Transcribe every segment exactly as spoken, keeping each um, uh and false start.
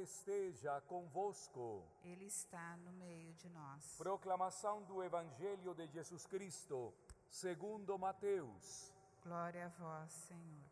esteja convosco. Ele está no meio de nós. Proclamação do Evangelho de Jesus Cristo, segundo Mateus. Glória a vós, Senhor.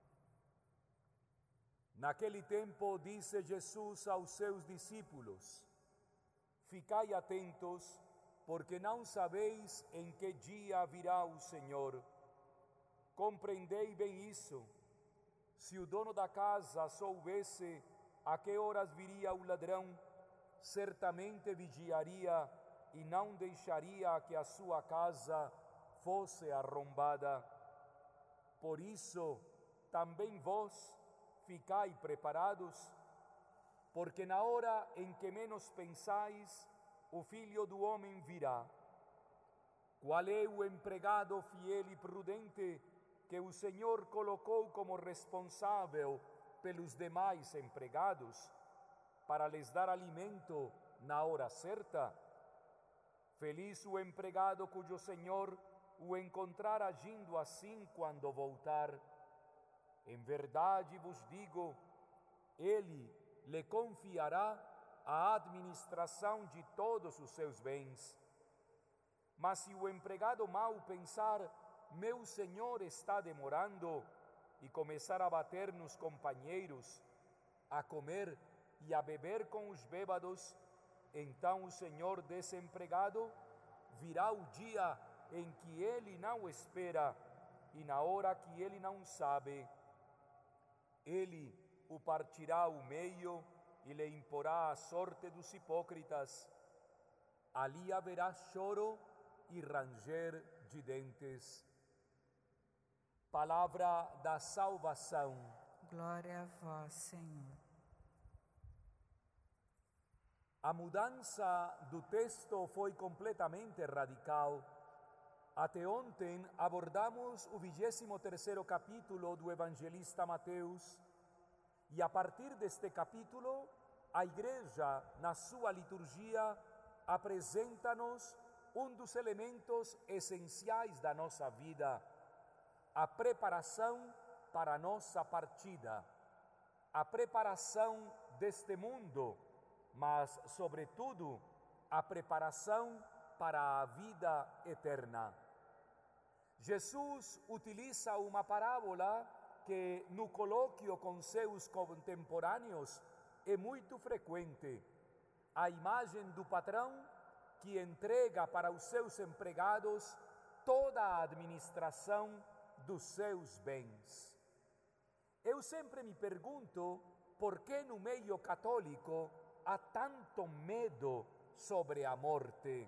Naquele tempo disse Jesus aos seus discípulos: Ficai atentos, porque não sabeis em que dia virá o Senhor. Compreendei bem isso. Se o dono da casa soubesse a que horas viria o ladrão, certamente vigiaria e não deixaria que a sua casa fosse arrombada. Por isso, também vós ficai preparados, porque na hora em que menos pensais, o Filho do Homem virá. Qual é o empregado fiel e prudente que o Senhor colocou como responsável pelos demais empregados, para lhes dar alimento na hora certa? Feliz o empregado cujo Senhor o encontrar agindo assim quando voltar. Em verdade vos digo, ele lhe confiará a administração de todos os seus bens. Mas se o empregado mau pensar, meu senhor está demorando, e começar a bater nos companheiros, a comer e a beber com os bêbados, então o senhor desse empregado virá o dia em que ele não espera e na hora que ele não sabe. Ele o partirá ao meio e lhe imporá a sorte dos hipócritas. Ali haverá choro e ranger de dentes. Palavra da salvação. Glória a vós, Senhor. A mudança do texto foi completamente radical. Até ontem abordamos o vigésimo terceiro capítulo do evangelista Mateus, e a partir deste capítulo, a Igreja, na sua liturgia, apresenta-nos um dos elementos essenciais da nossa vida: a preparação para a nossa partida, a preparação deste mundo, mas, sobretudo, a preparação para a vida eterna. Jesus utiliza uma parábola que, no colóquio com seus contemporâneos, é muito frequente: a imagem do patrão que entrega para os seus empregados toda a administração dos seus bens. Eu sempre me pergunto por que no meio católico há tanto medo sobre a morte.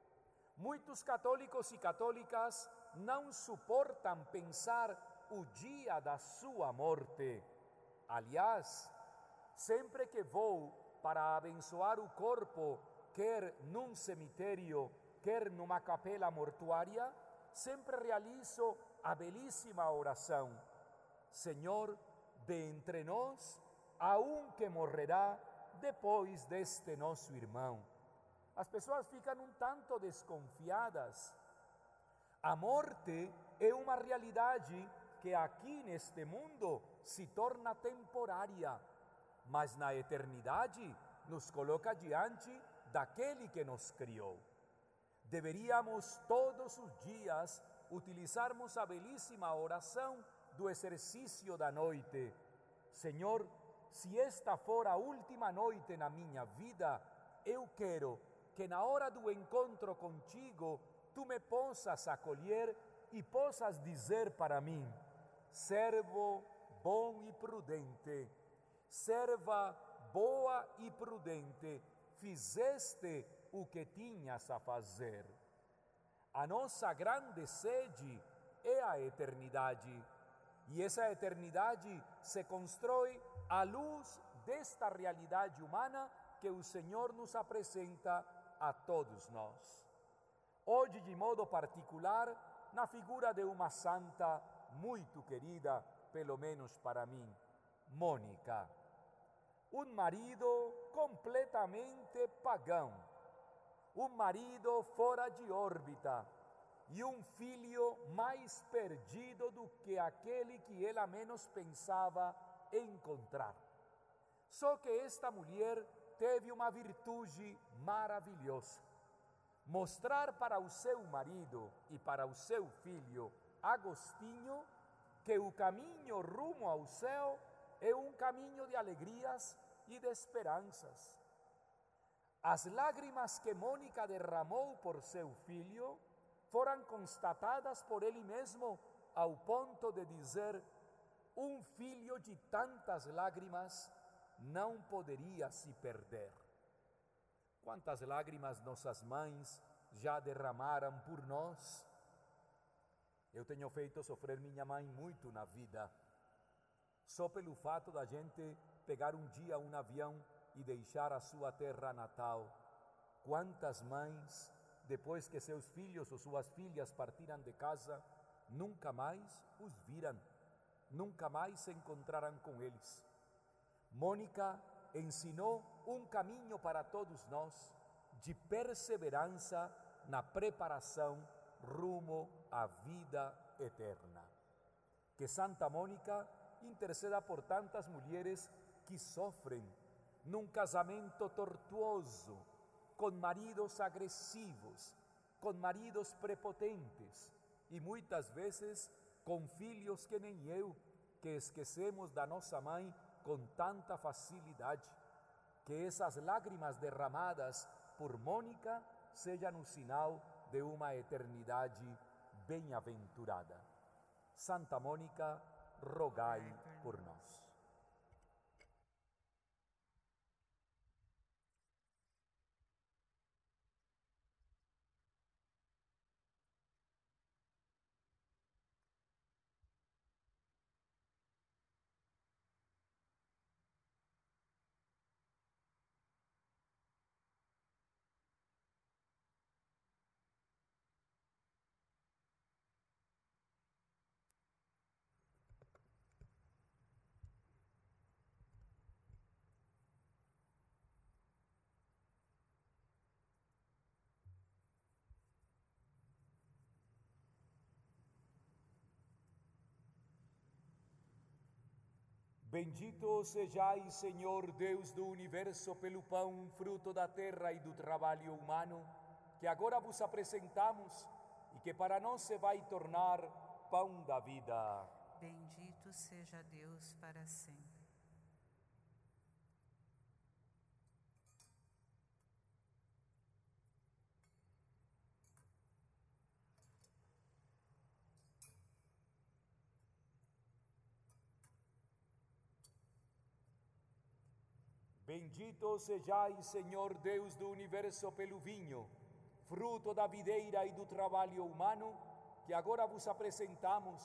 Muitos católicos e católicas não suportam pensar o dia da sua morte. Aliás, sempre que vou para abençoar o corpo, quer num cemitério, quer numa capela mortuária, sempre realizo a belíssima oração: Senhor, de entre nós, há um que morrerá depois deste nosso irmão. As pessoas ficam um tanto desconfiadas. A morte é uma realidade que aqui neste mundo se torna temporária, mas na eternidade nos coloca diante daquele que nos criou. Deveríamos todos os dias utilizarmos a belíssima oração do exercício da noite: Senhor, se esta for a última noite na minha vida, eu quero que na hora do encontro contigo, tu me possas acolher e possas dizer para mim: servo bom e prudente, serva boa e prudente, fizeste o que tinhas a fazer. A nossa grande sede é a eternidade, e essa eternidade se constrói à luz desta realidade humana que o Senhor nos apresenta a todos nós. Hoje, de modo particular, na figura de uma santa muito querida, pelo menos para mim, Mônica. Um marido completamente pagão, um marido fora de órbita e um filho mais perdido do que aquele que ela menos pensava encontrar. Só que esta mulher teve uma virtude maravilhosa: mostrar para o seu marido e para o seu filho Agostinho que o caminho rumo ao céu é um caminho de alegrias e de esperanças. As lágrimas que Mônica derramou por seu filho foram constatadas por ele mesmo, ao ponto de dizer: um filho de tantas lágrimas não poderia se perder. Quantas lágrimas nossas mães já derramaram por nós? Eu tenho feito sofrer minha mãe muito na vida, só pelo fato da gente pegar um dia um avião e deixar a sua terra natal. Quantas mães, depois que seus filhos ou suas filhas partiram de casa, nunca mais os viram, nunca mais se encontraram com eles. Mônica ensinou um caminho para todos nós de perseverança na preparação rumo à vida eterna. Que Santa Mônica interceda por tantas mulheres que sofrem num casamento tortuoso, com maridos agressivos, com maridos prepotentes e muitas vezes com filhos que nem eu, que esquecemos da nossa mãe com tanta facilidade. Que essas lágrimas derramadas por Mônica sejam o sinal de uma eternidade bem-aventurada. Santa Mônica, rogai por nós. Bendito sejais, Senhor Deus do universo, pelo pão, fruto da terra e do trabalho humano, que agora vos apresentamos e que para nós se vai tornar pão da vida. Bendito seja Deus para sempre. Bendito sejais, Senhor Deus do universo, pelo vinho, fruto da videira e do trabalho humano, que agora vos apresentamos